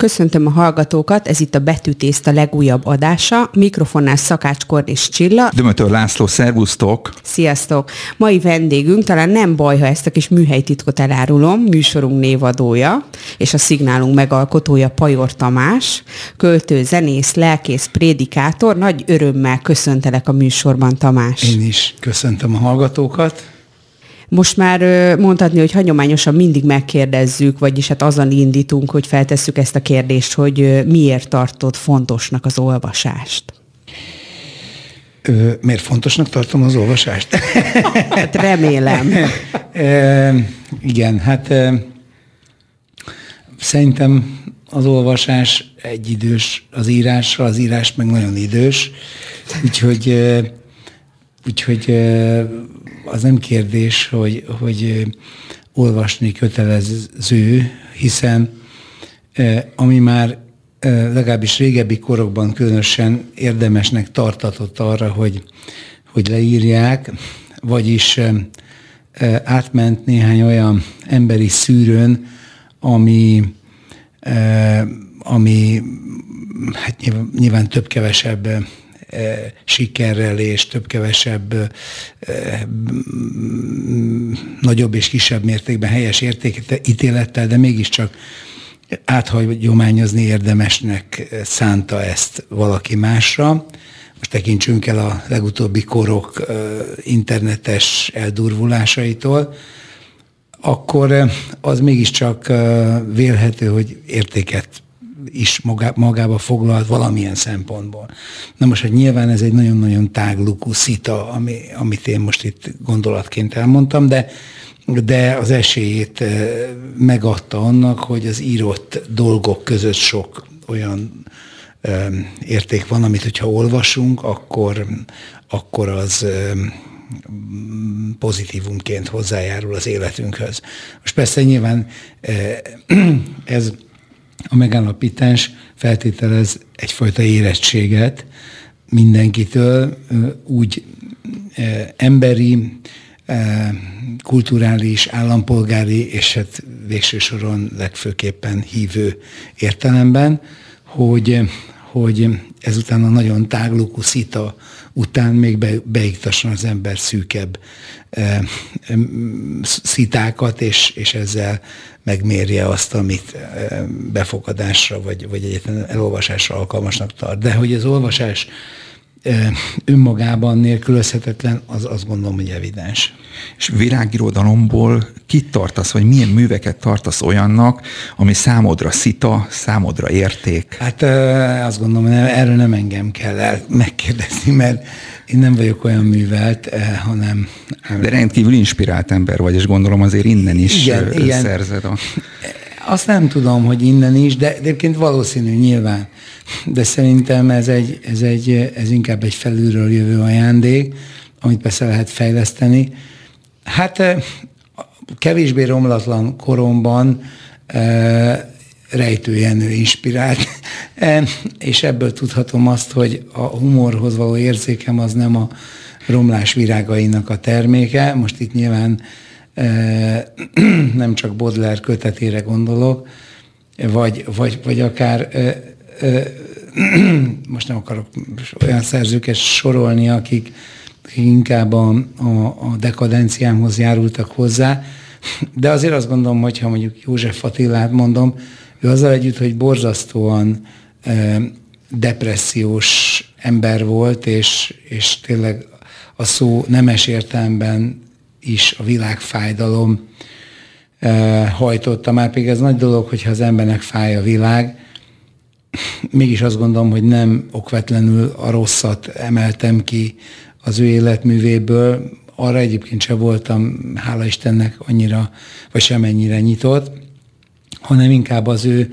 Köszöntöm a hallgatókat, ez itt a Betűtészta legújabb adása. Mikrofonnál Szakács Kornél Csilla. Dömötör László, szervusztok! Sziasztok! Mai vendégünk, talán nem baj, ha ezt a kis műhelytitkot elárulom, műsorunk névadója, és a szignálunk megalkotója Pajor Tamás, költő, zenész, lelkész, prédikátor. Nagy örömmel köszöntelek a műsorban, Tamás. Én is köszöntöm a hallgatókat. Most már mondhatni, hogy hagyományosan mindig megkérdezzük, vagyis hát azon indítunk, hogy feltesszük ezt a kérdést, hogy miért tartod fontosnak az olvasást? Miért fontosnak tartom az olvasást? Hát remélem. Igen, hát szerintem az olvasás egyidős az írással, az írás meg nagyon idős, úgyhogy az nem kérdés, hogy olvasni kötelező, hiszen ami már legalábbis régebbi korokban különösen érdemesnek tartatott arra, hogy leírják, vagyis átment néhány olyan emberi szűrőn, ami hát nyilván több-kevesebb sikerrel és több-kevesebb nagyobb és kisebb mértékben helyes értékítélettel, de mégiscsak áthagyományozni érdemesnek szánta ezt valaki másra. Most tekintsünk el a legutóbbi korok internetes eldurvulásaitól, akkor az mégiscsak vélhető, hogy értéket is magába foglalt valamilyen szempontból. Na most, hogy nyilván ez egy nagyon-nagyon táglukú szita, amit én most itt gondolatként elmondtam, de az esélyét megadta annak, hogy az írott dolgok között sok olyan érték van, amit hogyha olvasunk, akkor az pozitívumként hozzájárul az életünkhöz. Most persze nyilván ez a megállapítás feltételez egyfajta érettséget mindenkitől, úgy emberi, kulturális, állampolgári, és hát végső soron legfőképpen hívő értelemben, hogy ezután a nagyon táglukú szita után még beiktasson az ember szűkebb szitákat, és ezzel megmérje azt, amit befogadásra vagy egyáltalán elolvasásra alkalmasnak tart. De hogy az olvasás önmagában nélkülözhetetlen, az azt gondolom, hogy evidens. És világirodalomból kit tartasz, vagy milyen műveket tartasz olyannak, ami számodra szita, számodra érték? Hát azt gondolom, hogy erről nem engem kell megkérdezni, mert én nem vagyok olyan művelt, hanem... De rendkívül inspirált ember vagy, és gondolom azért innen is szerzed a... Azt nem tudom, hogy innen is, de egyébként valószínű nyilván. De szerintem ez inkább egy felülről jövő ajándék, amit persze lehet fejleszteni. Hát kevésbé romlatlan koromban Rejtő Jenő inspirált, és ebből tudhatom azt, hogy a humorhoz való érzékem az nem a romlás virágainak a terméke. Most itt nyilván nem csak Baudelaire kötetére gondolok, vagy akár most nem akarok olyan szerzőket sorolni, akik inkább a dekadenciámhoz járultak hozzá, de azért azt gondolom, hogyha mondjuk József Attilát mondom, ő azzal együtt, hogy borzasztóan depressziós ember volt, és tényleg a szó nemes értelemben is a világfájdalom hajtotta. Már pedig ez nagy dolog, hogyha az embernek fáj a világ. Mégis azt gondolom, hogy nem okvetlenül a rosszat emeltem ki az ő életművéből. Arra egyébként sem voltam, hála Istennek, annyira, vagy semennyire nyitott, hanem inkább az ő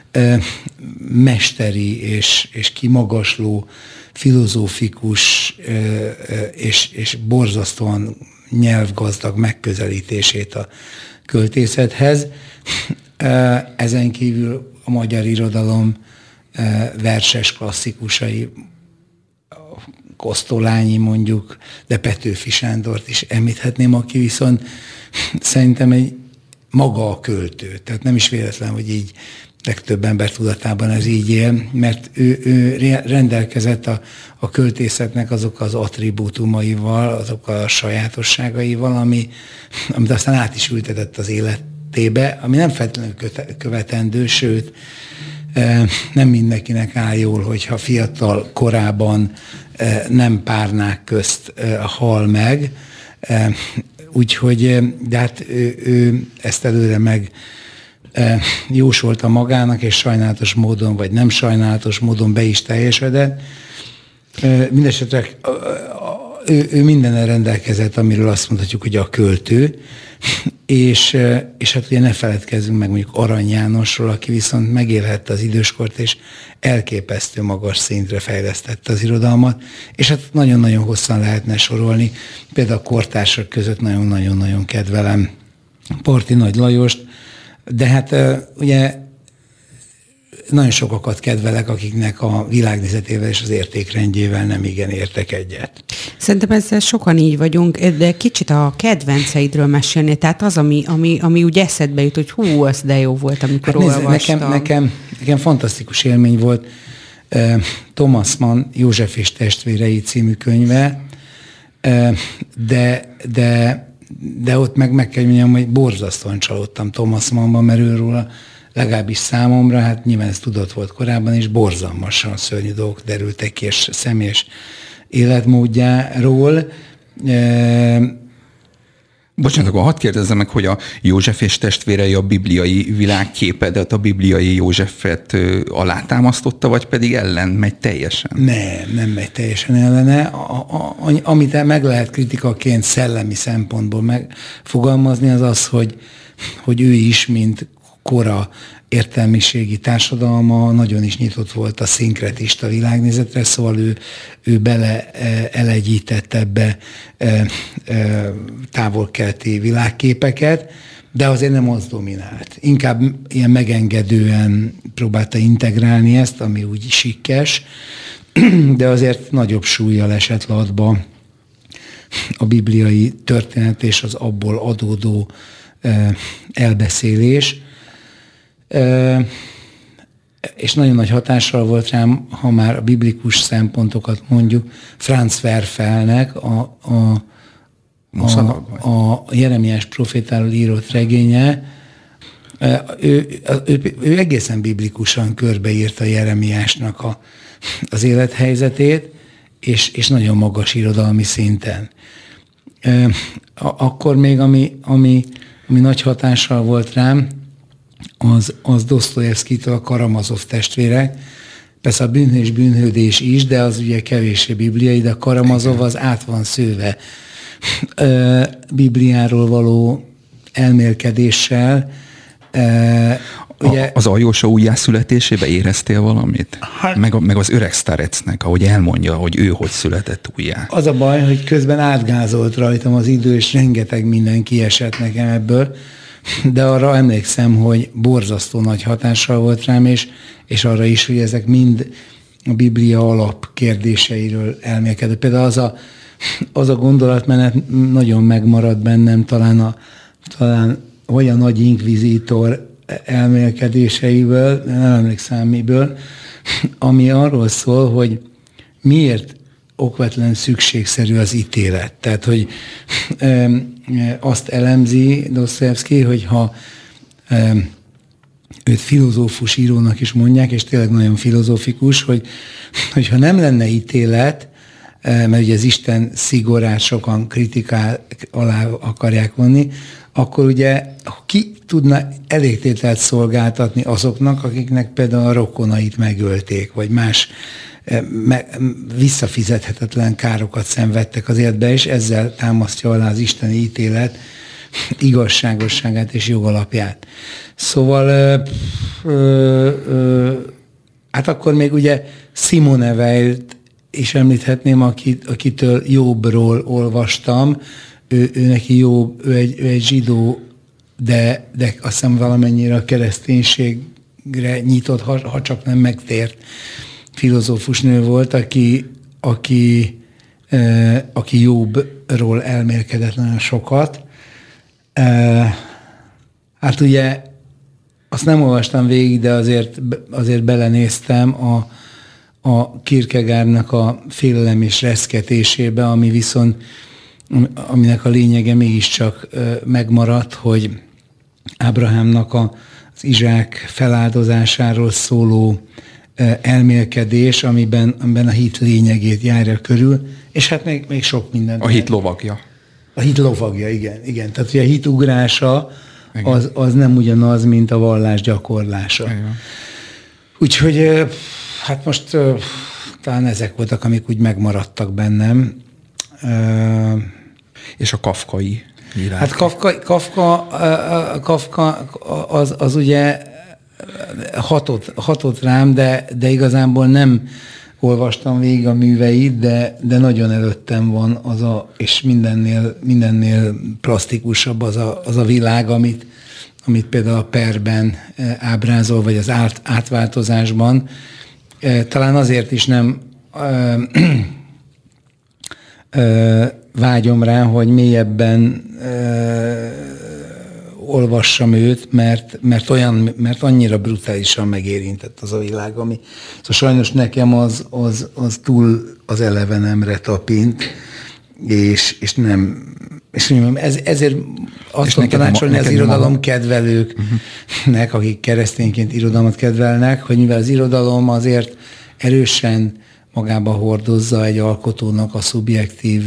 mesteri és kimagasló, filozófikus és borzasztóan nyelvgazdag megközelítését a költészethez. Ezen kívül a magyar irodalom verses klasszikusai, Kosztolányi mondjuk, de Petőfi Sándort is említhetném, aki viszont szerintem egy maga a költő. Tehát nem is véletlen, hogy így legtöbb ember tudatában ez így él, mert ő rendelkezett a költészetnek azok az attribútumaival, azokkal a sajátosságaival, amit aztán át is ültetett az életébe, ami nem feltétlenül követendő, sőt, nem mindenkinek áll jól, hogyha fiatal korában nem párnák közt hal meg, úgyhogy, de hát ő ezt előre meg jósolta magának, és sajnálatos módon, vagy nem sajnálatos módon be is teljesedett. Mindenesetre ő mindennel rendelkezett, amiről azt mondhatjuk, hogy a költő, és hát ugye ne feledkezzünk meg mondjuk Arany Jánosról, aki viszont megélhette az időskort, és elképesztő magas szintre fejlesztette az irodalmat, és hát nagyon-nagyon hosszan lehetne sorolni. Például a kortársak között nagyon-nagyon-nagyon kedvelem Parti Nagy Lajost, de hát ugye nagyon sokakat kedvelek, akiknek a világnézetével és az értékrendjével nem igen értek egyet. Szerintem ezzel sokan így vagyunk, de kicsit a kedvenceidről mesélni, tehát az, ami úgy eszedbe jut, hogy hú, az de jó volt, amikor olvastam. Nekem fantasztikus élmény volt Thomas Mann József és testvérei című könyve, de ott meg kell mondjam, hogy borzasztóan csalódtam Thomas Mannban, mert őről legalábbis számomra, hát nyilván ez tudott volt korábban is, borzalmasan szörnyű dolgok derültek ki, és személyes életmódjáról. Bocsánat, akkor hadd kérdezzem meg, hogy a József és testvérei a bibliai világképedet, a bibliai Józsefet alátámasztotta, vagy pedig ellen megy teljesen? Nem megy teljesen ellene. Amit meg lehet kritikaként szellemi szempontból megfogalmazni, az az, hogy ő is, mint kora értelmiségi társadalma nagyon is nyitott volt a szinkretista világnézetre, szóval ő bele elegyített ebbe távol-keleti világképeket, de azért nem az dominált. Inkább ilyen megengedően próbálta integrálni ezt, ami úgy sikkes, de azért nagyobb súllyal esett latba a bibliai történet és az abból adódó elbeszélés. És nagyon nagy hatással volt rám, ha már a biblikus szempontokat mondjuk, Franz Werfelnek a Jeremiás profétáról írott regénye. Ő egészen biblikusan körbeírta Jeremiásnak az élethelyzetét, és nagyon magas irodalmi szinten. Akkor még, ami nagy hatással volt rám, az Dosztojevszkitől a Karamazov testvérek. Persze a Bűn és bűnhődés is, de az ugye kevéssé bibliai, de a Karamazov az át van szőve Bibliáról való elmélkedéssel. Ugye, az Aljósa újjászületésébe éreztél valamit? Hát, meg az öreg Starecnek, ahogy elmondja, hogy ő hogy született újjá. Az a baj, hogy közben átgázolt rajtam az idő, és rengeteg minden kiesett nekem ebből, de arra emlékszem, hogy borzasztó nagy hatással volt rám, és arra is, hogy ezek mind a Biblia alap kérdéseiről elmélkedő. Például az a gondolatmenet nagyon megmaradt bennem, talán vagy a nagy inkvizítor elmélkedéseiből, nem emlékszem miből, ami arról szól, hogy miért okvetlen szükségszerű az ítélet. Tehát, hogy azt elemzi Dosztojevszki, hogy ha őt filozófus írónak is mondják, és tényleg nagyon filozófikus, hogyha nem lenne ítélet, mert ugye az Isten szigorát sokan kritikák alá akarják vonni, akkor ugye ki tudna elégtételt szolgáltatni azoknak, akiknek például a rokonait megölték, vagy más visszafizethetetlen károkat szenvedtek az életbe, és ezzel támasztja alá az isteni ítélet igazságosságát és jogalapját. Szóval hát akkor még ugye Simone Weilt is említhetném, akitől Jobbról olvastam. Ő neki Jobb, ő egy zsidó, de azt hiszem valamennyire a kereszténységre nyitott, ha csak nem megtért filozófus nő volt, aki Jobbról elmélkedett nagyon sokat. Hát ugye Azt nem olvastam végig, de azért belenéztem a Kierkegaardnak a Félelem és reszketésébe, aminek a lényege mégiscsak megmaradt, hogy Ábrahámnak az Izsák feláldozásáról szóló elmélkedés, amiben a hit lényegét járja körül, és hát még sok minden. A hit lovagja. A hit lovagja, igen. Tehát, hogy a hit ugrása az nem ugyanaz, mint a vallás gyakorlása. Igen. Úgyhogy hát most talán ezek voltak, amik úgy megmaradtak bennem. És a kafkai világ. Hát Kafka az ugye hatott rám, de igazából nem olvastam végig a műveit, de nagyon előttem van és mindennél plastikusabb az a világ, amit például a Perben ábrázol, vagy az átváltozásban. Talán azért is nem vágyom rá, hogy mélyebben olvassam őt, mert annyira brutálisan megérintett az a világ, ami szóval sajnos nekem az túl az elevenemre tapint, és nem. És ezért azt tudom tanácsolni az irodalom kedvelőknek, akik keresztényként irodalmat kedvelnek, hogy mivel az irodalom azért erősen magába hordozza egy alkotónak a szubjektív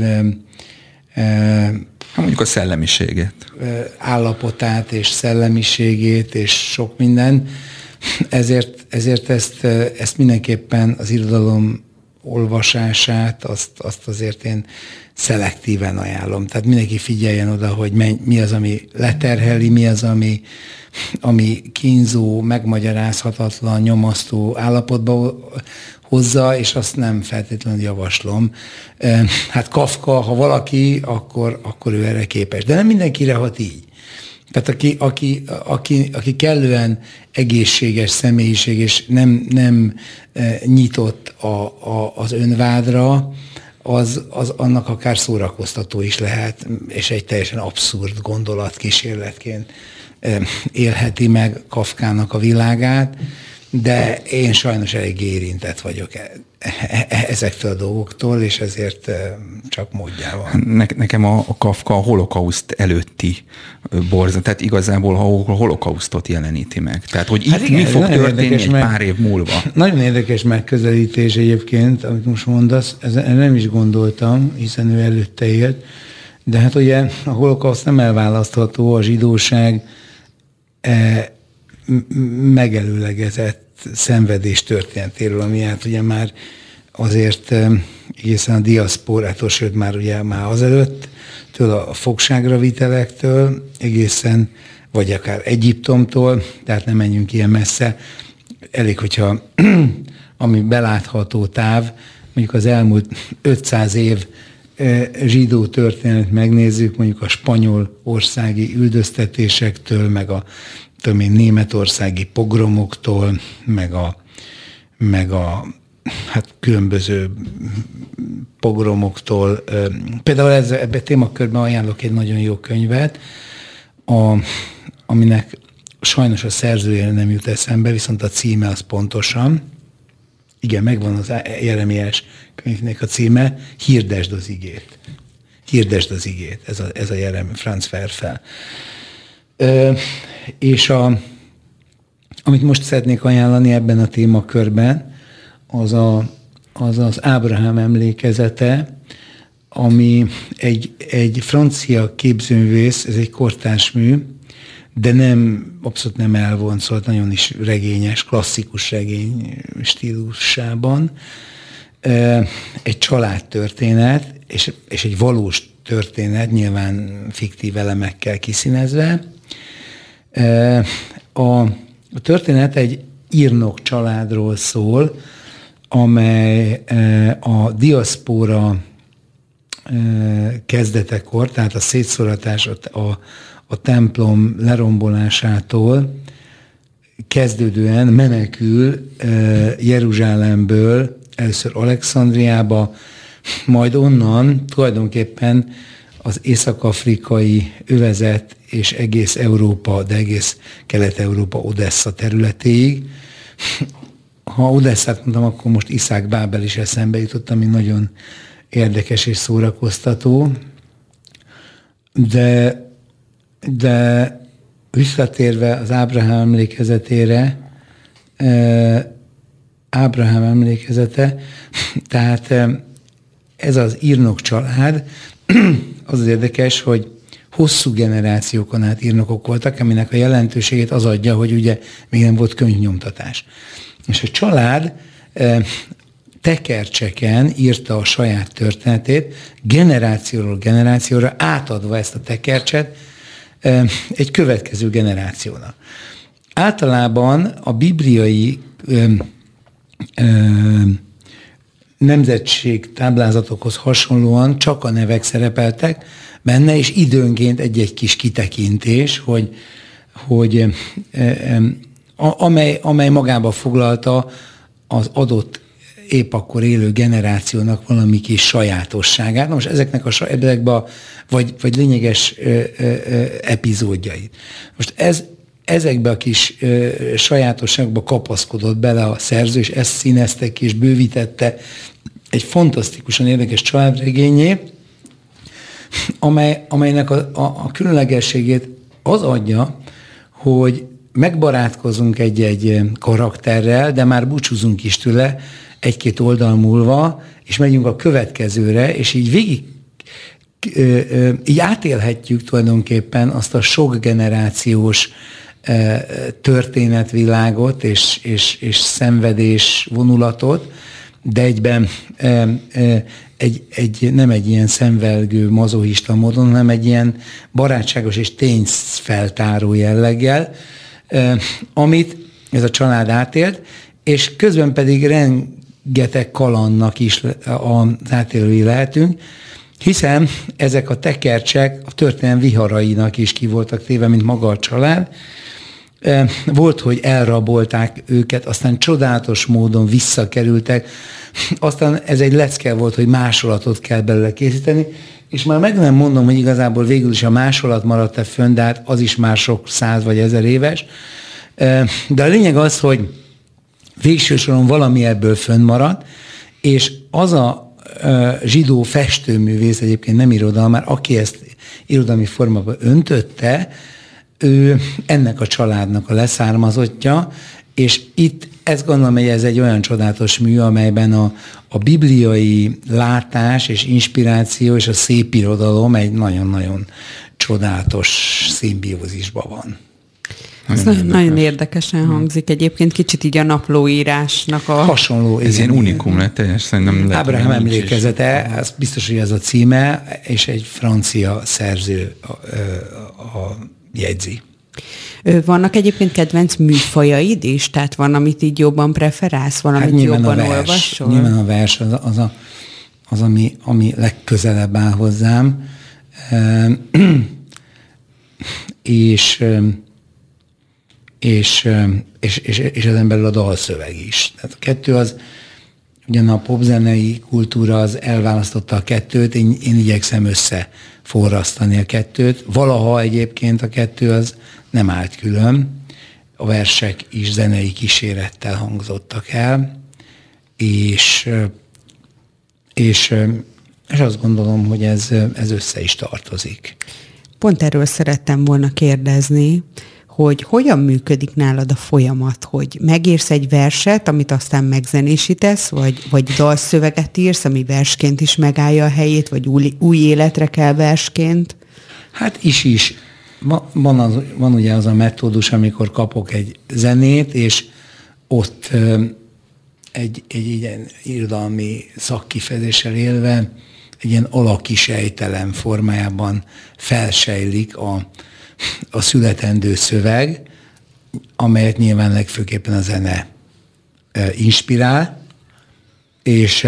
mondjuk a szellemiségét. Állapotát és szellemiségét és sok minden. Ezért ezt mindenképpen az irodalom olvasását, azt azért én szelektíven ajánlom. Tehát mindenki figyeljen oda, hogy mi az, ami leterheli, mi az, ami kínzó, megmagyarázhatatlan, nyomasztó állapotba hozza, és azt nem feltétlenül javaslom. Hát Kafka, ha valaki, akkor ő erre képes. De nem mindenkire hat így. Tehát aki kellően egészséges személyiség, és nem nyitott az önvádra, az annak akár szórakoztató is lehet, és egy teljesen abszurd gondolatkísérletként élheti meg Kafkának a világát, de én sajnos elég érintett vagyok ezektől a dolgoktól, és ezért csak módjával. Nekem a Kafka a holokauszt előtti borzat, tehát igazából a holokausztot jeleníti meg. Tehát, hogy itt mi fog történni egy pár év múlva. Nagyon érdekes megközelítés egyébként, amit most mondasz, ezzel nem is gondoltam, hiszen ő előtte élt, de hát ugye a holokauszt nem elválasztható a zsidóság megelőlegezett szenvedés történetéről, ami hát ugye már azért egészen a diaszporától, sőt már azelőtt, a fogságra vitelektől, egészen, vagy akár Egyiptomtól, tehát nem menjünk ilyen messze. Elég, hogyha ami belátható táv, mondjuk az elmúlt 500 év zsidó történet megnézzük, mondjuk a spanyol országi üldöztetésektől, meg a németországi pogromoktól, meg a hát különböző pogromoktól. Például ebben a témakörben ajánlok egy nagyon jó könyvet, aminek sajnos a szerzője nem jut eszembe, viszont a címe az pontosan. Igen, megvan az Jeremiás könyvnek a címe, Hirdesd az igét. Hirdesd az igét, ez a Franz Werfel. És amit most szeretnék ajánlani ebben a témakörben, az Ábrahám emlékezete, ami egy francia képzőművész, ez egy kortárs mű, de abszolút nem elvont, szóval nagyon is regényes, klasszikus regény stílusában. Egy családtörténet, és egy valós történet, nyilván fiktív elemekkel kiszínezve. A történet egy írnok családról szól, amely a diaszpóra kezdetekor, tehát a szétszóratás, a templom lerombolásától kezdődően menekül Jeruzsálemből először Alexandriába, majd onnan tulajdonképpen az észak-afrikai övezet és egész Európa, de egész Kelet-Európa Odessa területéig. Ha Odesszát mondtam, akkor most Iszák Bábel is eszembe jutott, ami nagyon érdekes és szórakoztató. De visszatérve az Ábrahám emlékezetére, Ábrahám emlékezete, tehát ez az írnok család, az érdekes, hogy hosszú generációkon át írnokok voltak, aminek a jelentőségét az adja, hogy ugye még nem volt könyvnyomtatás. És a család tekercseken írta a saját történetét, generációról generációra átadva ezt a tekercset egy következő generációnak. Általában a bibliai nemzetség táblázatokhoz hasonlóan csak a nevek szerepeltek benne, és időnként egy-egy kis kitekintés, amely magába foglalta az adott épp akkor élő generációnak valami kis sajátosságát. Na most ezekbe vagy lényeges epizódjait. Most ezekbe a kis sajátosságokba kapaszkodott bele a szerző, és ezt színezte ki, és bővítette egy fantasztikusan érdekes családregényé, amelynek a különlegességét az adja, hogy megbarátkozunk egy-egy karakterrel, de már búcsúzunk is tőle egy-két oldal múlva, és megyünk a következőre, és így így átélhetjük tulajdonképpen azt a sok generációs történetvilágot és szenvedés vonulatot, de egyben nem egy ilyen szenvelgő, mazochista módon, hanem egy ilyen barátságos és tényfeltáró jelleggel, amit ez a család átélt, és közben pedig rengeteg kalandnak is az átélői lehetünk, hiszen ezek a tekercsek a történelem viharainak is ki voltak téve, mint maga a család. Volt, hogy elrabolták őket, aztán csodálatos módon visszakerültek, aztán ez egy lecke volt, hogy másolatot kell belőle készíteni, és már meg nem mondom, hogy igazából végül is a másolat maradt-e fönn, de hát az is már sok 100 vagy 1000 éves. De a lényeg az, hogy végső soron valami ebből fönnmaradt, és az a zsidó festőművész, egyébként nem irodalmár, aki ezt irodalmi formában öntötte, ő ennek a családnak a leszármazottja, és itt ezt gondolom, hogy ez egy olyan csodálatos mű, amelyben a bibliai látás és inspiráció és a szép irodalom egy nagyon-nagyon csodálatos szimbiózisban van. Ez nagyon érdekesen hangzik. Egyébként kicsit így a naplóírásnak a... Hasonló. Ez ilyen unikum lett, és szerintem... Ábrahám emlékezete, ez biztos, hogy ez a címe, és egy francia szerző a jegyzi. Vannak egyébként kedvenc műfajaid is? Tehát van, amit így jobban preferálsz, valamit jobban olvasol? Nyilván a vers az ami legközelebb áll hozzám. És ezen belül a dalszöveg is. Tehát a kettő az, ugyan a popzenei kultúra az elválasztotta a kettőt, én igyekszem összeforrasztani a kettőt. Valaha egyébként a kettő az nem állt külön, a versek is zenei kísérettel hangzottak el, és azt gondolom, hogy ez össze is tartozik. Pont erről szerettem volna kérdezni, hogy hogyan működik nálad a folyamat, hogy megírsz egy verset, amit aztán megzenésítesz, vagy dalszöveget írsz, ami versként is megállja a helyét, vagy új életre kell versként? Hát is. Van ugye az a metódus, amikor kapok egy zenét, és ott egy ilyen irodalmi szakkifejezéssel élve egy ilyen alaki sejtelem formájában felsejlik a születendő szöveg, amelyet nyilván legfőképpen a zene inspirál, és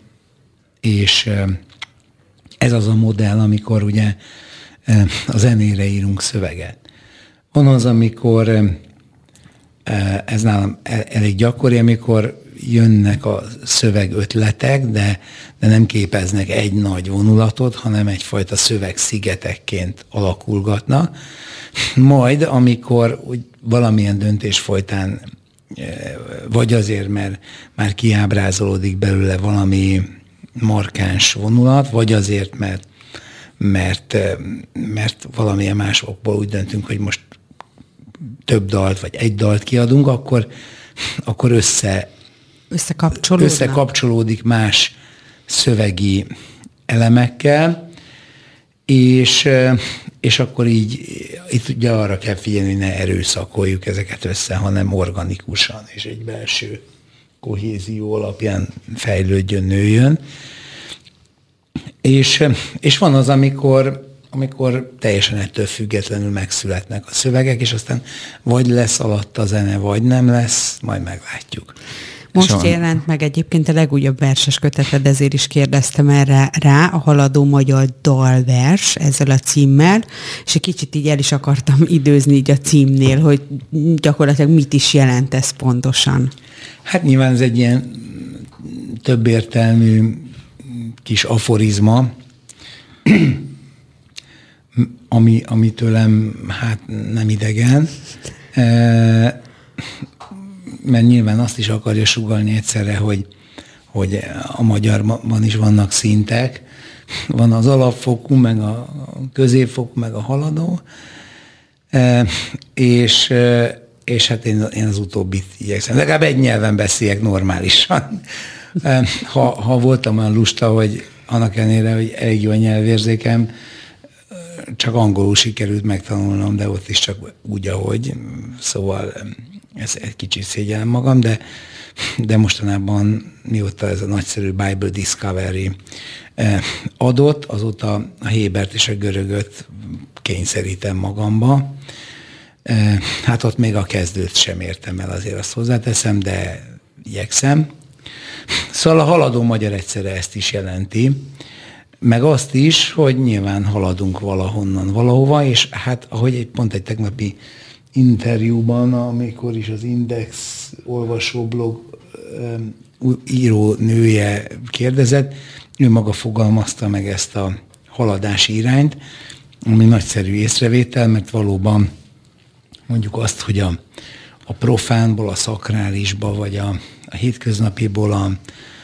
ez az a modell, amikor ugye a zenére írunk szöveget. Van az, amikor ez nálam elég gyakori, amikor jönnek a szövegötletek, de nem képeznek egy nagy vonulatot, hanem egyfajta szövegszigetekként alakulgatnak. Majd, amikor valamilyen döntés folytán, vagy azért, mert már kiábrázolódik belőle valami markáns vonulat, vagy azért, mert valamilyen más okból úgy döntünk, hogy most több dalt, vagy egy dalt kiadunk, akkor összekapcsolódik más szövegi elemekkel, és akkor így itt ugye arra kell figyelni, hogy ne erőszakoljuk ezeket össze, hanem organikusan, és egy belső kohézió alapján fejlődjön, nőjön. És van az, amikor teljesen ettől függetlenül megszületnek a szövegek, és aztán vagy lesz alatt a zene, vagy nem lesz, majd meglátjuk. Most jelent meg egyébként a legújabb verses köteted, ezért is kérdeztem erre rá, a Haladó magyar dalvers ezzel a címmel, és egy kicsit így el is akartam időzni így a címnél, hogy gyakorlatilag mit is jelent ez pontosan. Hát nyilván ez egy ilyen többértelmű kis aforizma, ami tőlem hát nem idegen, mert nyilván azt is akarja sugallni egyszerre, hogy a magyarban is vannak szintek, van az alapfokú, meg a középfokú, meg a haladó, és hát én az utóbbit igyekszem. Legalább egy nyelven beszéljek normálisan. Ha voltam olyan lusta, hogy annak ellenére, hogy elég jó a nyelvérzékem, csak angolul sikerült megtanulnom, de ott is csak úgy, ahogy. Szóval ez egy kicsit szégyellem magam, de mostanában, mióta ez a nagyszerű Bible Discovery adott, azóta a Hébert és a görögöt kényszerítem magamba. Hát ott még a kezdőt sem értem el, azért azt hozzáteszem, de igyekszem. Szóval a haladó magyar egyszerre ezt is jelenti, meg azt is, hogy nyilván haladunk valahonnan valahova, és hát ahogy pont egy tegnapi interjúban, amikor is az Index olvasóblog író nője kérdezett, ő maga fogalmazta meg ezt a haladási irányt, ami nagyszerű észrevétel, mert valóban mondjuk azt, hogy a profánból, a szakrálisba, vagy a hétköznapiból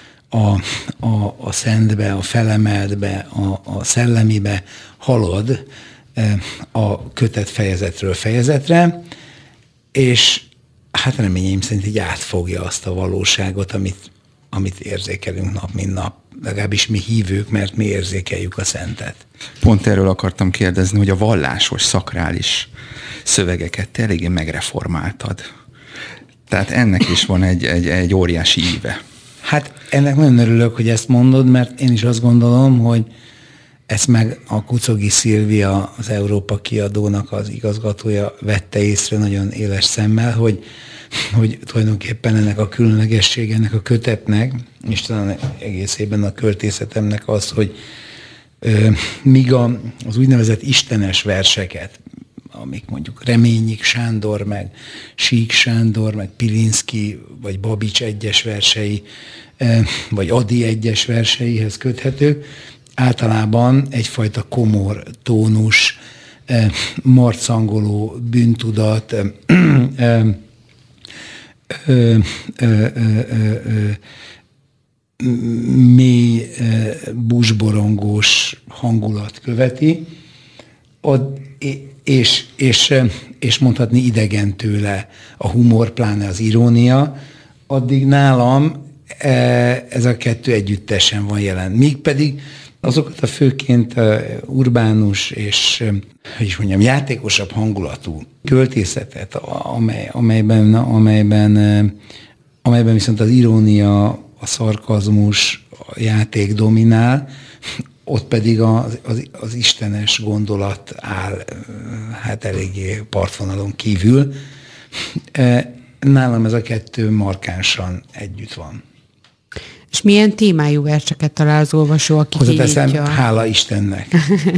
a szentbe, a felemeltbe, a szellemibe halad a kötet fejezetről fejezetre, és hát reményeim szerint így átfogja azt a valóságot, amit érzékelünk nap, mint nap. Legalábbis mi hívők, mert mi érzékeljük a szentet. Pont erről akartam kérdezni, hogy a vallásos, szakrális szövegeket te eléggé megreformáltad. Tehát ennek is van egy óriási íve. Hát ennek nagyon örülök, hogy ezt mondod, mert én is azt gondolom, hogy ezt meg a Kucogi Szilvia, az Európa kiadónak az igazgatója vette észre nagyon éles szemmel, hogy tulajdonképpen ennek a különlegessége, ennek a kötetnek, és talán egészében a költészetemnek az, hogy míg az úgynevezett istenes verseket, amik mondjuk Reményik Sándor, meg Sík Sándor, meg Pilinszky, vagy Babics egyes versei, vagy Ady egyes verseihez köthetők, általában egyfajta komor tónus, marcangoló bűntudat, mély búsborongós hangulat követi, és mondhatni idegen tőle a humor, pláne az irónia, addig nálam ez a kettő együttesen van jelen. Míg pedig azokat a főként urbánus és, hogy is mondjam, játékosabb hangulatú költészetet, amelyben viszont az irónia, a szarkazmus, a játék dominál, ott pedig az istenes gondolat áll hát eléggé partvonalon kívül. Nálam ez a kettő markánsan együtt van. És milyen verseket talál az olvasó, aki kinyitja? Hála Istennek.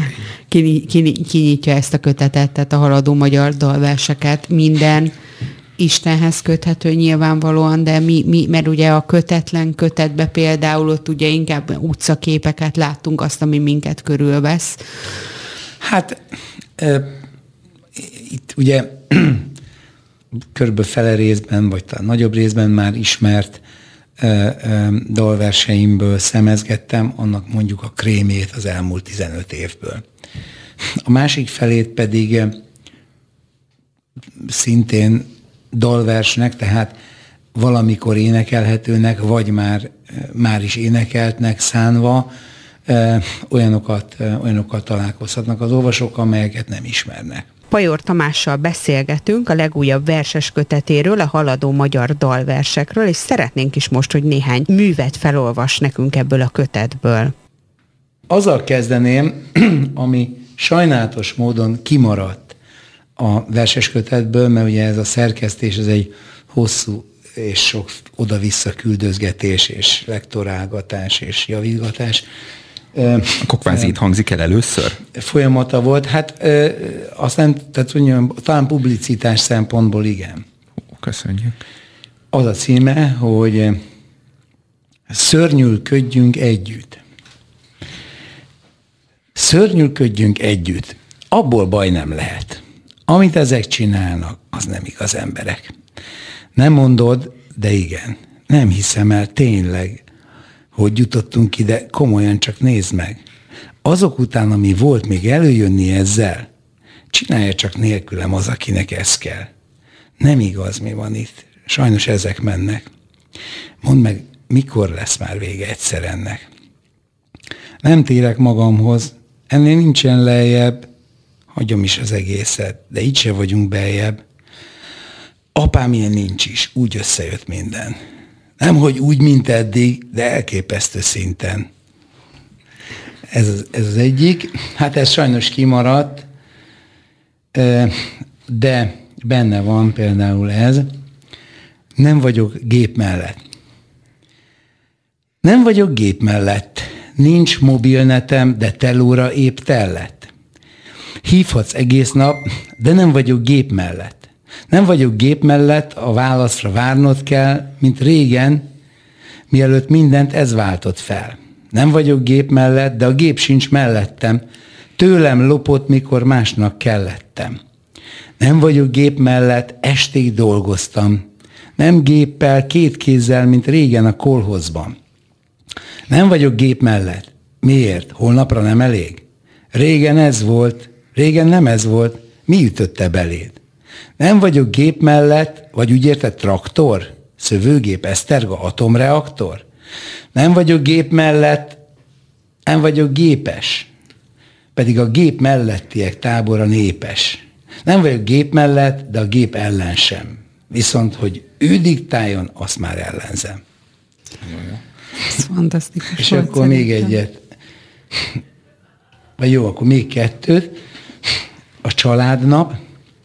kinyitja ezt a kötetet, tehát a Haladó magyar dalverseket, minden Istenhez köthető nyilvánvalóan, de mert ugye a kötetlen kötetbe például ott ugye inkább utcaképeket láttunk, azt, ami minket körülvesz. Hát itt ugye körülbelül fele részben, vagy talán nagyobb részben már ismert dalverseimből szemezgettem, annak mondjuk a krémjét az elmúlt 15 évből. A másik felét pedig szintén dalversnek, tehát valamikor énekelhetőnek, vagy már is énekeltnek szánva olyanokkal találkozhatnak az olvasók, amelyeket nem ismernek. Pajor Tamással beszélgetünk a legújabb verses kötetéről, a Haladó magyar dalversekről, és szeretnénk is most, hogy néhány művet felolvas nekünk ebből a kötetből. Azzal kezdeném, ami sajnálatos módon kimaradt a verses kötetből, mert ugye ez a szerkesztés, ez egy hosszú és sok oda-vissza küldözgetés, és lektorálgatás, és javítgatás. Akkor kvázi itt hangzik el először? Folyamata volt. Hát azt nem, tehát mondjam, talán publicitás szempontból igen. Köszönjük. Az a címe, hogy Szörnyűködjünk együtt. Szörnyűködjünk együtt. Abból baj nem lehet. Amit ezek csinálnak, az nem igaz emberek. Nem mondod, de igen. Nem hiszem el tényleg, hogy jutottunk ide, komolyan csak nézd meg. Azok után, ami volt, még előjönni ezzel, csinálja csak nélkülem az, akinek ez kell. Nem igaz, mi van itt. Sajnos ezek mennek. Mondd meg, mikor lesz már vége egyszer ennek. Nem térek magamhoz, ennél nincsen lejjebb, hagyom is az egészet, de így se vagyunk beljebb. Apám ilyen nincs is, úgy összejött minden. Nemhogy úgy, mint eddig, de elképesztő szinten. Ez az egyik. Hát ez sajnos kimaradt, de benne van például ez. Nem vagyok gép mellett. Nem vagyok gép mellett. Nincs mobilnetem, de telóra épp tellett. Hívhatsz egész nap, de nem vagyok gép mellett. Nem vagyok gép mellett, a válaszra várnod kell, mint régen, mielőtt mindent ez váltott fel. Nem vagyok gép mellett, de a gép sincs mellettem. Tőlem lopott, mikor másnak kellettem. Nem vagyok gép mellett, estig dolgoztam. Nem géppel, két kézzel, mint régen a kolhozban. Nem vagyok gép mellett. Miért? Holnapra nem elég? Régen ez volt, régen nem ez volt. Mi ütötte beléd? Nem vagyok gép mellett, vagy úgy érted, traktor? Szövőgép, eszterga, atomreaktor? Nem vagyok gép mellett, nem vagyok gépes. Pedig a gép mellettiek tábora népes. Nem vagyok gép mellett, de a gép ellen sem. Viszont, hogy ő diktáljon, azt már ellenzem. Ez fantasztikus. És akkor még egyet. Vagy jó, akkor még kettőt. A családnap.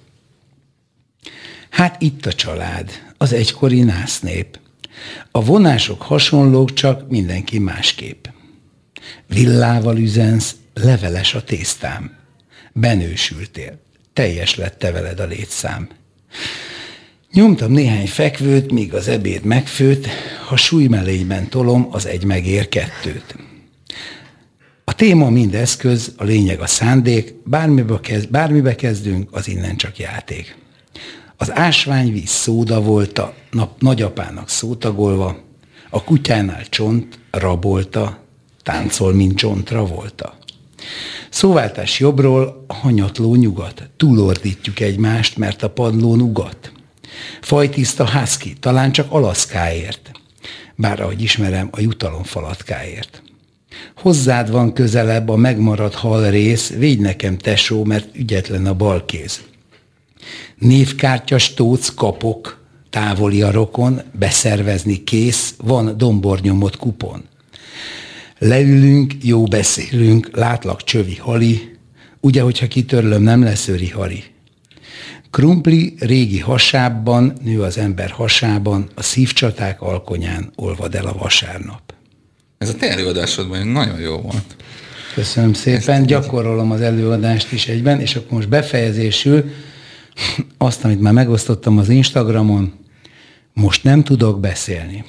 Hát itt a család, az egykori násznép. A vonások hasonlók, csak mindenki másképp. Villával üzensz, leveles a tésztám. Benősültél, teljes lett te veled a létszám. Nyomtam néhány fekvőt, míg az ebéd megfőtt, ha súlymelényben tolom, az egy megér kettőt. A téma mind eszköz, a lényeg a szándék, bármibe kezdünk, az innen csak játék. Az ásványvíz szóda volt a nagyapának szótagolva, a kutyánál csont rabolta, táncol, mint csontra volta. Szóváltás jobbról, hanyatló nyugat, túlordítjuk egymást, mert a padlón ugat. Fajtiszta husky, talán csak Alaszkáért, bár ahogy ismerem, a jutalomfalatkáért. Hozzád van közelebb a megmaradt halrész, védj nekem tesó, mert ügyetlen a balkéz. Névkártya, stóc, kapok, távoli a rokon, beszervezni kész, van dombornyomott kupon. Leülünk, jó beszélünk, látlak csövi hali, ugye, hogyha kitörlöm, nem lesz őri hari. Krumpli régi hasábban, nő az ember hasában, a szívcsaták alkonyán olvad el a vasárnap. Ez a te előadásodban nagyon jó volt. Köszönöm szépen, gyakorolom az előadást is egyben, és akkor most befejezésül azt, amit már megosztottam az Instagramon, most nem tudok beszélni.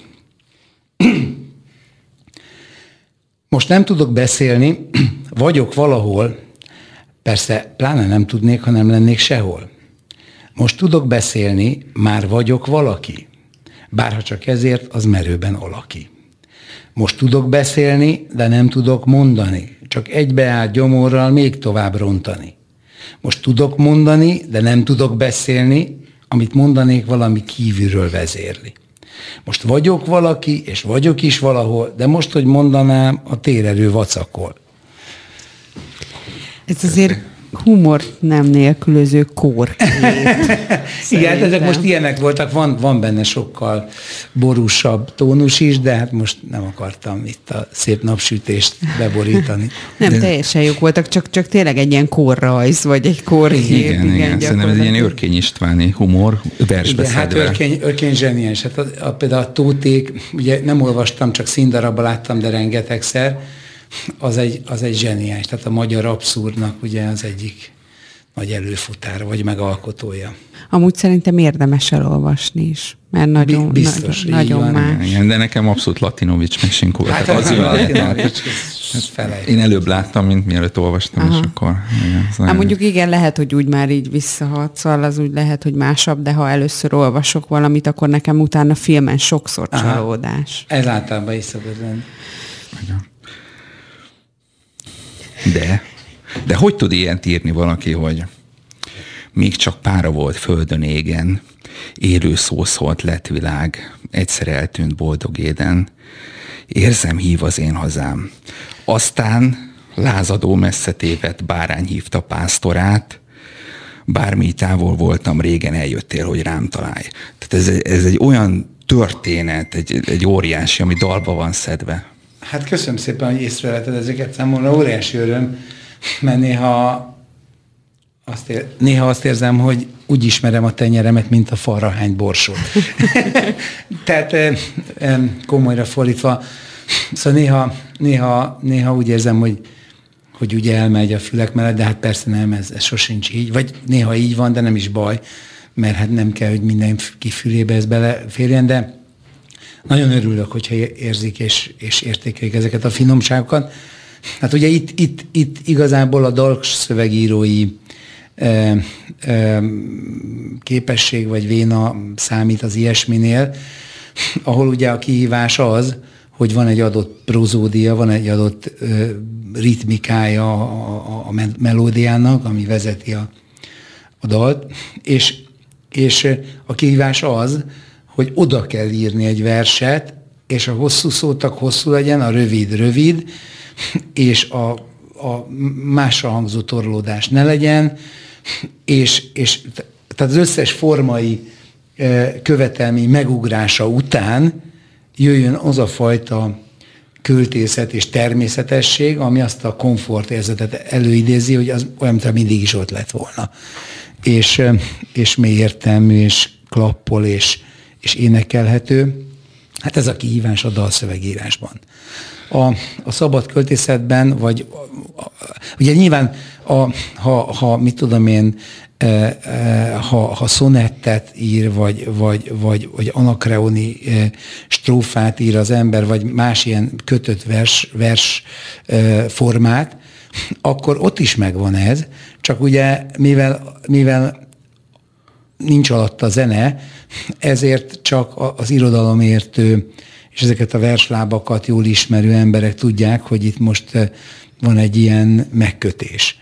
Most nem tudok beszélni, vagyok valahol, persze pláne nem tudnék, ha nem lennék sehol. Most tudok beszélni, már vagyok valaki. Bárha csak ezért, az merőben alaki. Most tudok beszélni, de nem tudok mondani. Csak egybeállt gyomorral még tovább rontani. Most tudok mondani, de nem tudok beszélni, amit mondanék, valami kívülről vezérli. Most vagyok valaki, és vagyok is valahol, de most, hogy mondanám, a térerő vacakol. Ez azért humort nem nélkülöző kórkép. Igen, ezek most ilyenek voltak, van benne sokkal borúsabb tónus is, de hát most nem akartam itt a szép napsütést beborítani. Nem, teljesen jók voltak, csak tényleg egy ilyen kórrajz, vagy egy kórkép. Igen, szerintem ez egy ilyen Örkény Istváni humor, versbe szedve. Hát Örkény zseniáns. Hát például a Tóték, ugye nem olvastam, csak színdarabban láttam, de rengetegszer, az egy zseniáns. Tehát a magyar abszurdnak ugye az egyik nagy előfutára, vagy megalkotója. Amúgy szerintem érdemes elolvasni is, mert nagyon, biztos, nagyon más. Igen, de nekem abszolút Latinovics meg Sinkó. Hát az én előbb láttam, mint mielőtt olvastam, és akkor... Igen, mondjuk igen, lehet, hogy úgy már így visszahat, szóval az úgy lehet, hogy másabb, de ha először olvasok valamit, akkor nekem utána filmen sokszor csalódás. Ez általában is szokott lenni. De hogy tud ilyet írni valaki, hogy még csak pára volt földön égen, érő szó szólt lett világ, egyszer eltűnt boldog éden, érzem hív az én hazám. Aztán lázadó messze tévedt bárány hívta pásztorát, bármi távol voltam, régen eljöttél, hogy rám találj. Tehát ez egy olyan történet, egy óriási, ami dalba van szedve. Hát köszönöm szépen, hogy észrevetted ezeket, számomra óriási öröm, mert néha azt érzem, hogy úgy ismerem a tenyeremet, mint a falra hányt borsót. Tehát komolyra fordítva, szóval néha úgy érzem, hogy ugye elmegy a fülek mellett, de hát persze nem, ez sosincs így, vagy néha így van, de nem is baj, mert hát nem kell, hogy mindenki fülébe ez beleférjen, de nagyon örülök, hogyha érzik és értékelik ezeket a finomságokat. Hát ugye itt igazából a dalszövegírói képesség vagy véna számít az ilyesminél, ahol ugye a kihívás az, hogy van egy adott prozódia, van egy adott ritmikája a melódiának, ami vezeti a dalt, és a kihívás az, hogy oda kell írni egy verset, és a hosszú szótak hosszú legyen, a rövid, és a másra hangzó torlódás ne legyen, és tehát az összes formai követelmény megugrása után jöjjön az a fajta költészet és természetesség, ami azt a komfortérzetet előidézi, hogy az olyan, mintha mindig is ott lett volna. És mély értelmű, és klappol, és énekelhető. Hát ez a kihívás a dalszövegírásban. A szabad költészetben, vagy ugye nyilván, ha mit tudom én, ha szonettet ír, vagy anakreoni strófát ír az ember, vagy más ilyen kötött vers formát, akkor ott is megvan ez, csak ugye mivel nincs alatt a zene, ezért csak az irodalomértő és ezeket a verslábakat jól ismerő emberek tudják, hogy itt most van egy ilyen megkötés.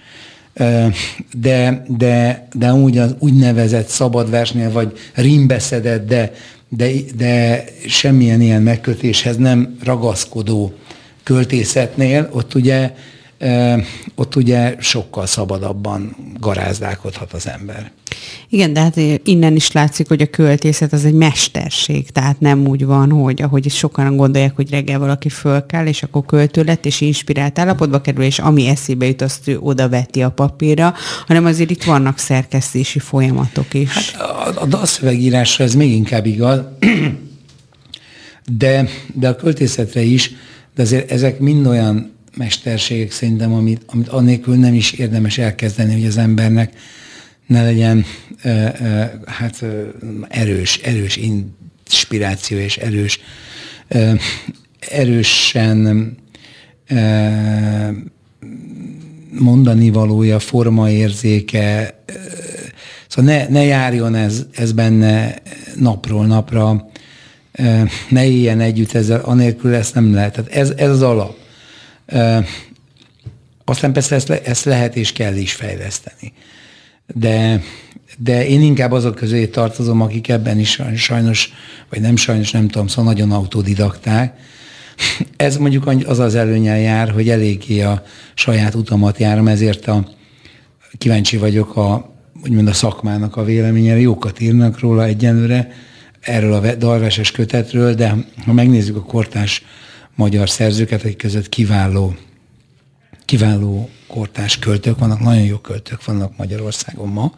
De amúgy az úgynevezett szabad versnél, vagy rímbeszedett, de semmilyen ilyen megkötéshez nem ragaszkodó költészetnél, ott ugye sokkal szabadabban garázdálkodhat az ember. Igen, de hát innen is látszik, hogy a költészet az egy mesterség, tehát nem úgy van, hogy ahogy sokan gondolják, hogy reggel valaki fölkel, és akkor költő lett, és inspirált állapotba kerül, és ami eszébe jut, azt ő oda veti a papírra, hanem azért itt vannak szerkesztési folyamatok is. Hát a dalszövegírásra ez még inkább igaz, de a költészetre is, de azért ezek mind olyan mesterségek szerintem, amit annélkül nem is érdemes elkezdeni, hogy az embernek erős inspiráció és erősen mondani valója, formaérzéke, szóval ne járjon ez benne napról napra, ne éljen együtt ezzel, anélkül ezt nem lehet. Tehát ez az alap. Aztán persze ezt lehet és kell is fejleszteni. De én inkább azok közé tartozom, akik ebben is sajnos, vagy nem sajnos, nem tudom, szóval nagyon autodidakták. Ez mondjuk az előnnyel jár, hogy eléggé a saját utamat járom, ezért kíváncsi vagyok úgymond a szakmának a véleményére. Jókat írnak róla egyenlőre, erről a dalverses kötetről, de ha megnézzük a kortárs magyar szerzőket, akik között kiváló kortárs költők vannak, nagyon jó költők vannak Magyarországon ma.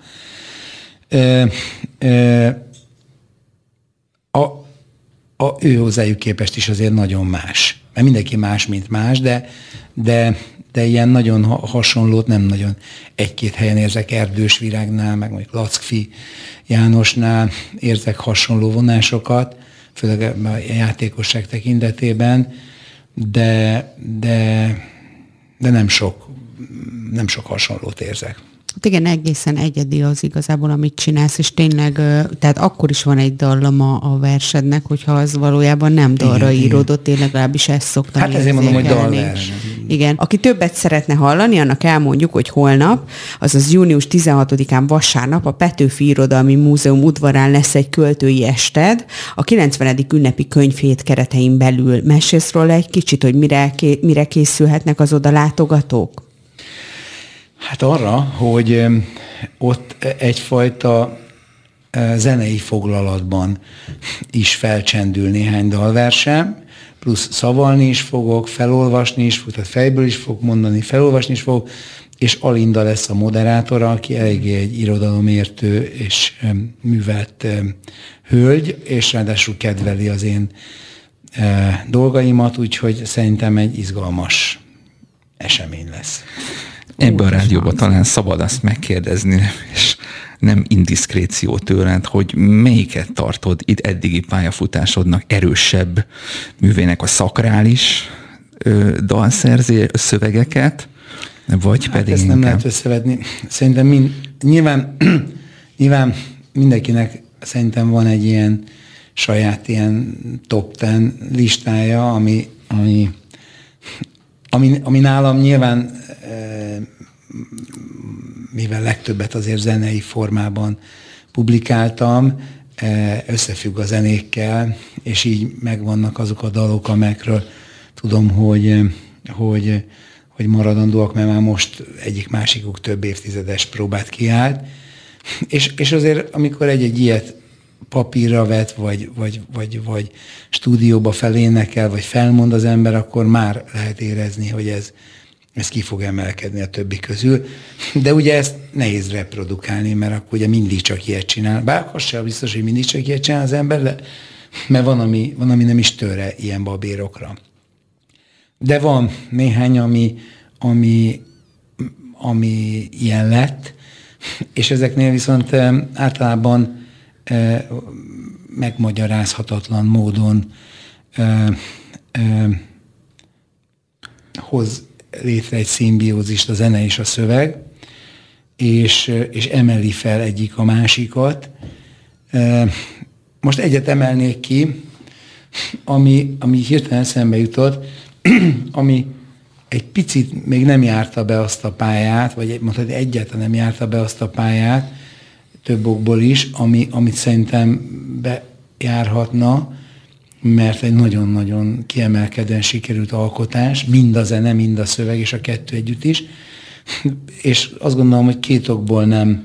Ő hozzájuk képest is azért nagyon más. Mert mindenki más, mint más, de ilyen nagyon hasonlót nem nagyon egy-két helyen érzek. Erdős Virágnál, meg mondjuk Lackfi Jánosnál érzek hasonló vonásokat, főleg a játékosság tekintetében, de nem sok hasonlót érzek. Hát igen, egészen egyedi az igazából, amit csinálsz, és tényleg, tehát akkor is van egy dallama a versednek, hogyha az valójában nem dalra íródott, én legalábbis ezt szoktam hát ezért mondom, hogy dalvers. Igen. Aki többet szeretne hallani, annak elmondjuk, hogy holnap, azaz június 16-án vasárnap a Petőfi Irodalmi Múzeum udvarán lesz egy költői ested, a 90. ünnepi könyvhét keretein belül. Mesélsz róla egy kicsit, hogy mire készülhetnek az oda látogatók? Hát arra, hogy ott egyfajta zenei foglalatban is felcsendül néhány dalversem, plusz szavalni is fogok, felolvasni is fogok, tehát fejből is fogok mondani, felolvasni is fogok, és Alinda lesz a moderátora, aki eléggé egy irodalomértő és művelt hölgy, és ráadásul kedveli az én dolgaimat, úgyhogy szerintem egy izgalmas esemény lesz. Ebben a rádióban talán szabad azt megkérdezni, és nem indiszkréció tőled, hogy melyiket tartod itt eddigi pályafutásodnak erősebb művének, a szakrális dalszerző szövegeket, vagy pedig ezt nem lehet összevetni. Szerintem nyilván mindenkinek szerintem van egy ilyen saját ilyen top 10 listája, ami nálam nyilván, mivel legtöbbet azért zenei formában publikáltam, összefügg a zenékkel, és így megvannak azok a dalok, amelyekről tudom, hogy maradandóak, mert már most egyik-másikuk több évtizedes próbát kiállt. És azért, amikor egy ilyet papírra vet, vagy stúdióba felénekel, vagy felmond az ember, akkor már lehet érezni, hogy ez ki fog emelkedni a többi közül. De ugye ezt nehéz reprodukálni, mert akkor ugye mindig csak ilyet csinál. Bár az sem biztos, hogy mindig csak ilyet csinál az ember, mert van, ami nem is tőle ilyen babérokra. De van néhány, ami ilyen lett, és ezeknél viszont általában megmagyarázhatatlan módon hoz létre egy szimbiózist a zene és a szöveg, és emeli fel egyik a másikat. Most egyet emelnék ki, ami hirtelen eszembe jutott, ami egy picit még nem járta be azt a pályát, vagy mondhatni egyáltalán nem járta be azt a pályát, több okból is, amit szerintem bejárhatna, mert egy nagyon-nagyon kiemelkedően sikerült alkotás, mind a zene, mind a szöveg, és a kettő együtt is. És azt gondolom, hogy két okból nem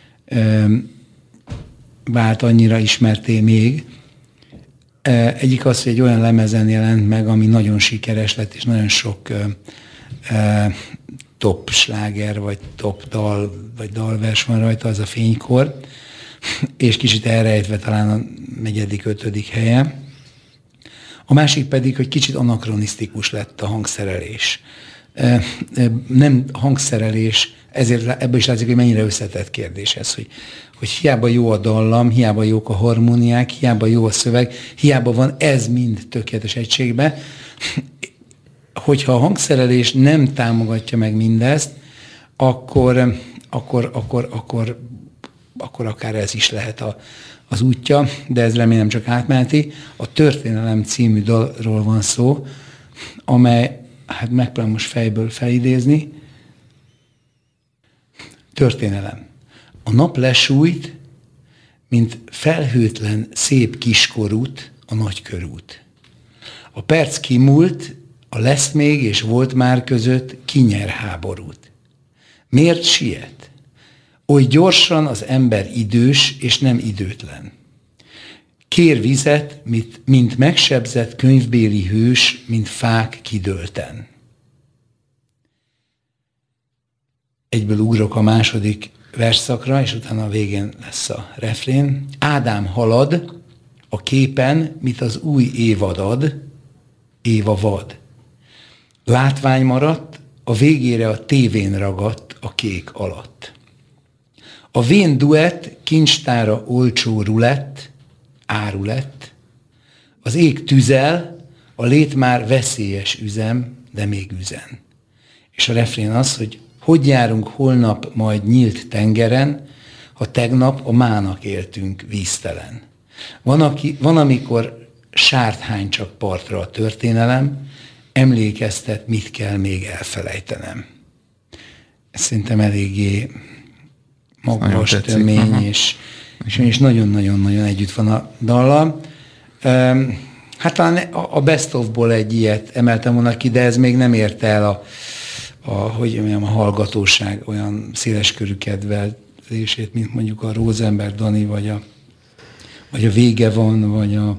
vált annyira ismerté még. Egyik az, hogy egy olyan lemezen jelent meg, ami nagyon sikeres lett, és nagyon sok top sláger, vagy top dal, vagy dalvers van rajta, az a Fénykor, és kicsit elrejtve talán a 4., 5. helye. A másik pedig, hogy kicsit anakronisztikus lett a hangszerelés. nem hangszerelés, ezért ebből is látszik, hogy mennyire összetett kérdés ez, hogy hiába jó a dallam, hiába jók a harmóniák, hiába jó a szöveg, hiába van ez mind tökéletes egységben, hogyha a hangszerelés nem támogatja meg mindezt, akkor akár ez is lehet az útja, de ez remélem csak átmeneti. A Történelem című dalról van szó, amely, hát megpróbálom most fejből felidézni. Történelem. A nap lesújt, mint felhőtlen, szép kiskorút, a nagykörút. A perc kimúlt, a lesz még és volt már között kinyer háborút. Miért siet? Oly gyorsan az ember idős és nem időtlen. Kér vizet, mint megsebzett könyvbéli hős, mint fák kidőlten. Egyből ugrok a második versszakra, és utána a végén lesz a refrén. Ádám halad a képen, mit az új évad ad, Éva vad. Látvány maradt, a végére a tévén ragadt a kék alatt. A vén duett kincstára olcsó rulett, áru lett. Az ég tüzel, a lét már veszélyes üzem, de még üzen. És a refrén az, hogy járunk holnap majd nyílt tengeren, ha tegnap a mának éltünk víztelen. Van, amikor sárt hány csak partra a történelem, emlékeztet, mit kell még elfelejtenem. Ez szerintem eléggé magas, tömény, és nagyon-nagyon-nagyon együtt van a dallal. Hát talán a Best of-ból egy ilyet emeltem volna ki, de ez még nem érte el a hallgatóság olyan széleskörű kedvelését, mint mondjuk a Rosenberg Dani, vagy a Vége van,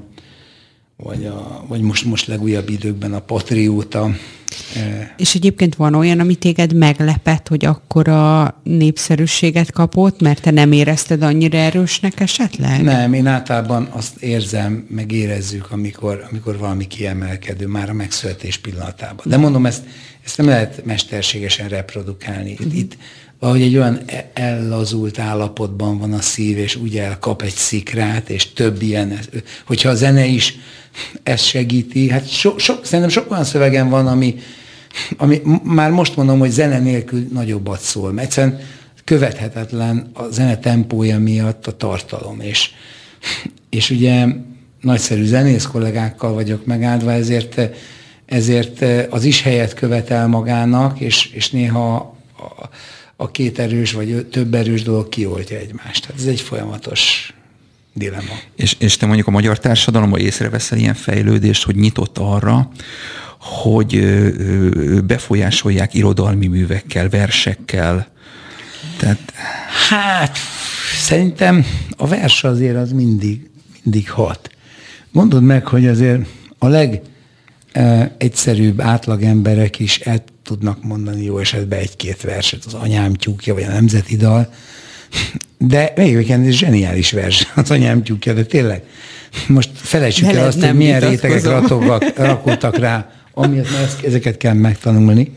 vagy most legújabb időkben a Patrióta. És egyébként van olyan, ami téged meglepett, hogy akkora népszerűséget kapott, mert te nem érezted annyira erősnek esetleg? Nem, én általában azt érzem, meg érezzük, amikor valami kiemelkedő, már a megszületés pillanatában. De mondom, ezt nem lehet mesterségesen reprodukálni. Itt valahogy egy olyan ellazult állapotban van a szív, és úgy elkap egy szikrát, és több ilyen, hogyha a zene is ezt segíti. Hát szerintem sok olyan szövegem van, ami már most mondom, hogy zene nélkül nagyobbat szól. Mert egyszerűen követhetetlen a zene tempója miatt a tartalom. És ugye nagyszerű zenész kollégákkal vagyok megáldva, ezért az is helyet követel magának, és néha a két erős vagy több erős dolog kioltja egymást. Tehát ez egy folyamatos dilemma. És te mondjuk a magyar társadalomban észreveszel ilyen fejlődést, hogy nyitott arra, hogy befolyásolják irodalmi művekkel, versekkel? Tehát... Hát, szerintem a vers azért az mindig hat. Gondold meg, hogy azért a legegyszerűbb átlagemberek is el tudnak mondani jó esetben egy-két verset, az Anyám tyúkja, vagy a Nemzeti Dal, de még ez zseniális vers, az Anyám tyúkja, de tényleg most felejtsük el azt, hogy milyen rétegek rakoltak rá, amiatt ezeket kell megtanulni.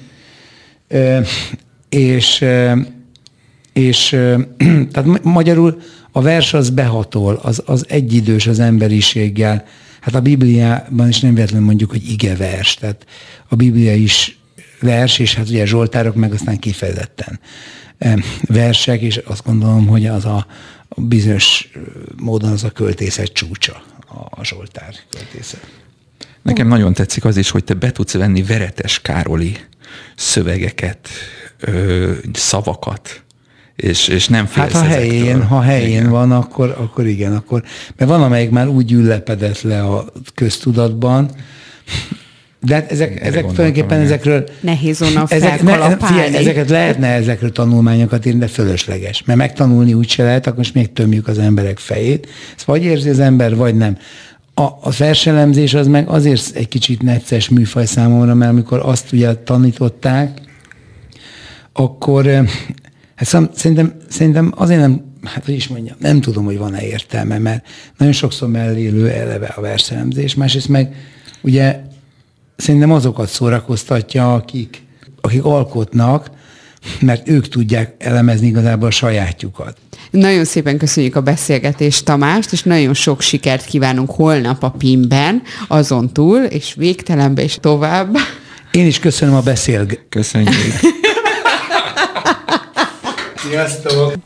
Tehát magyarul a vers az behatol, az egyidős az emberiséggel. Hát a Bibliában is nem véletlenül mondjuk, hogy igevers, tehát a Biblia is vers, és hát ugye Zsoltárok meg aztán kifejezetten versek, és azt gondolom, hogy az a bizonyos módon az a költészet csúcsa, a Zsoltár költészet. Nekem nagyon tetszik az is, hogy te be tudsz venni Veretes Károli szövegeket, szavakat, és nem félsz hát ha helyén van, akkor igen, mert van, amelyik már úgy üllepedett le a köztudatban, de hát ezek tulajdonképpen ezekről... Nehéz onnan felkalapálni. Ezeket lehetne ezekről tanulmányokat írni, de fölösleges. Mert megtanulni úgyse lehet, akkor most még tömjük az emberek fejét. Ezt vagy érzi az ember, vagy nem. A verselemzés az meg azért egy kicsit necces műfaj számomra, mert amikor azt ugye tanították, akkor hát szerintem azért nem, hát hogy is mondjam, nem tudom, hogy van-e értelme, mert nagyon sokszor mellélő eleve a verselemzés, másrészt meg ugye szerintem azokat szórakoztatja, akik alkotnak, mert ők tudják elemezni igazából a sajátjukat. Nagyon szépen köszönjük a beszélgetést, Tamást, és nagyon sok sikert kívánunk holnap a PIM-ben, azon túl, és végtelenbe és tovább. Én is köszönöm a Köszönjük. Sziasztok!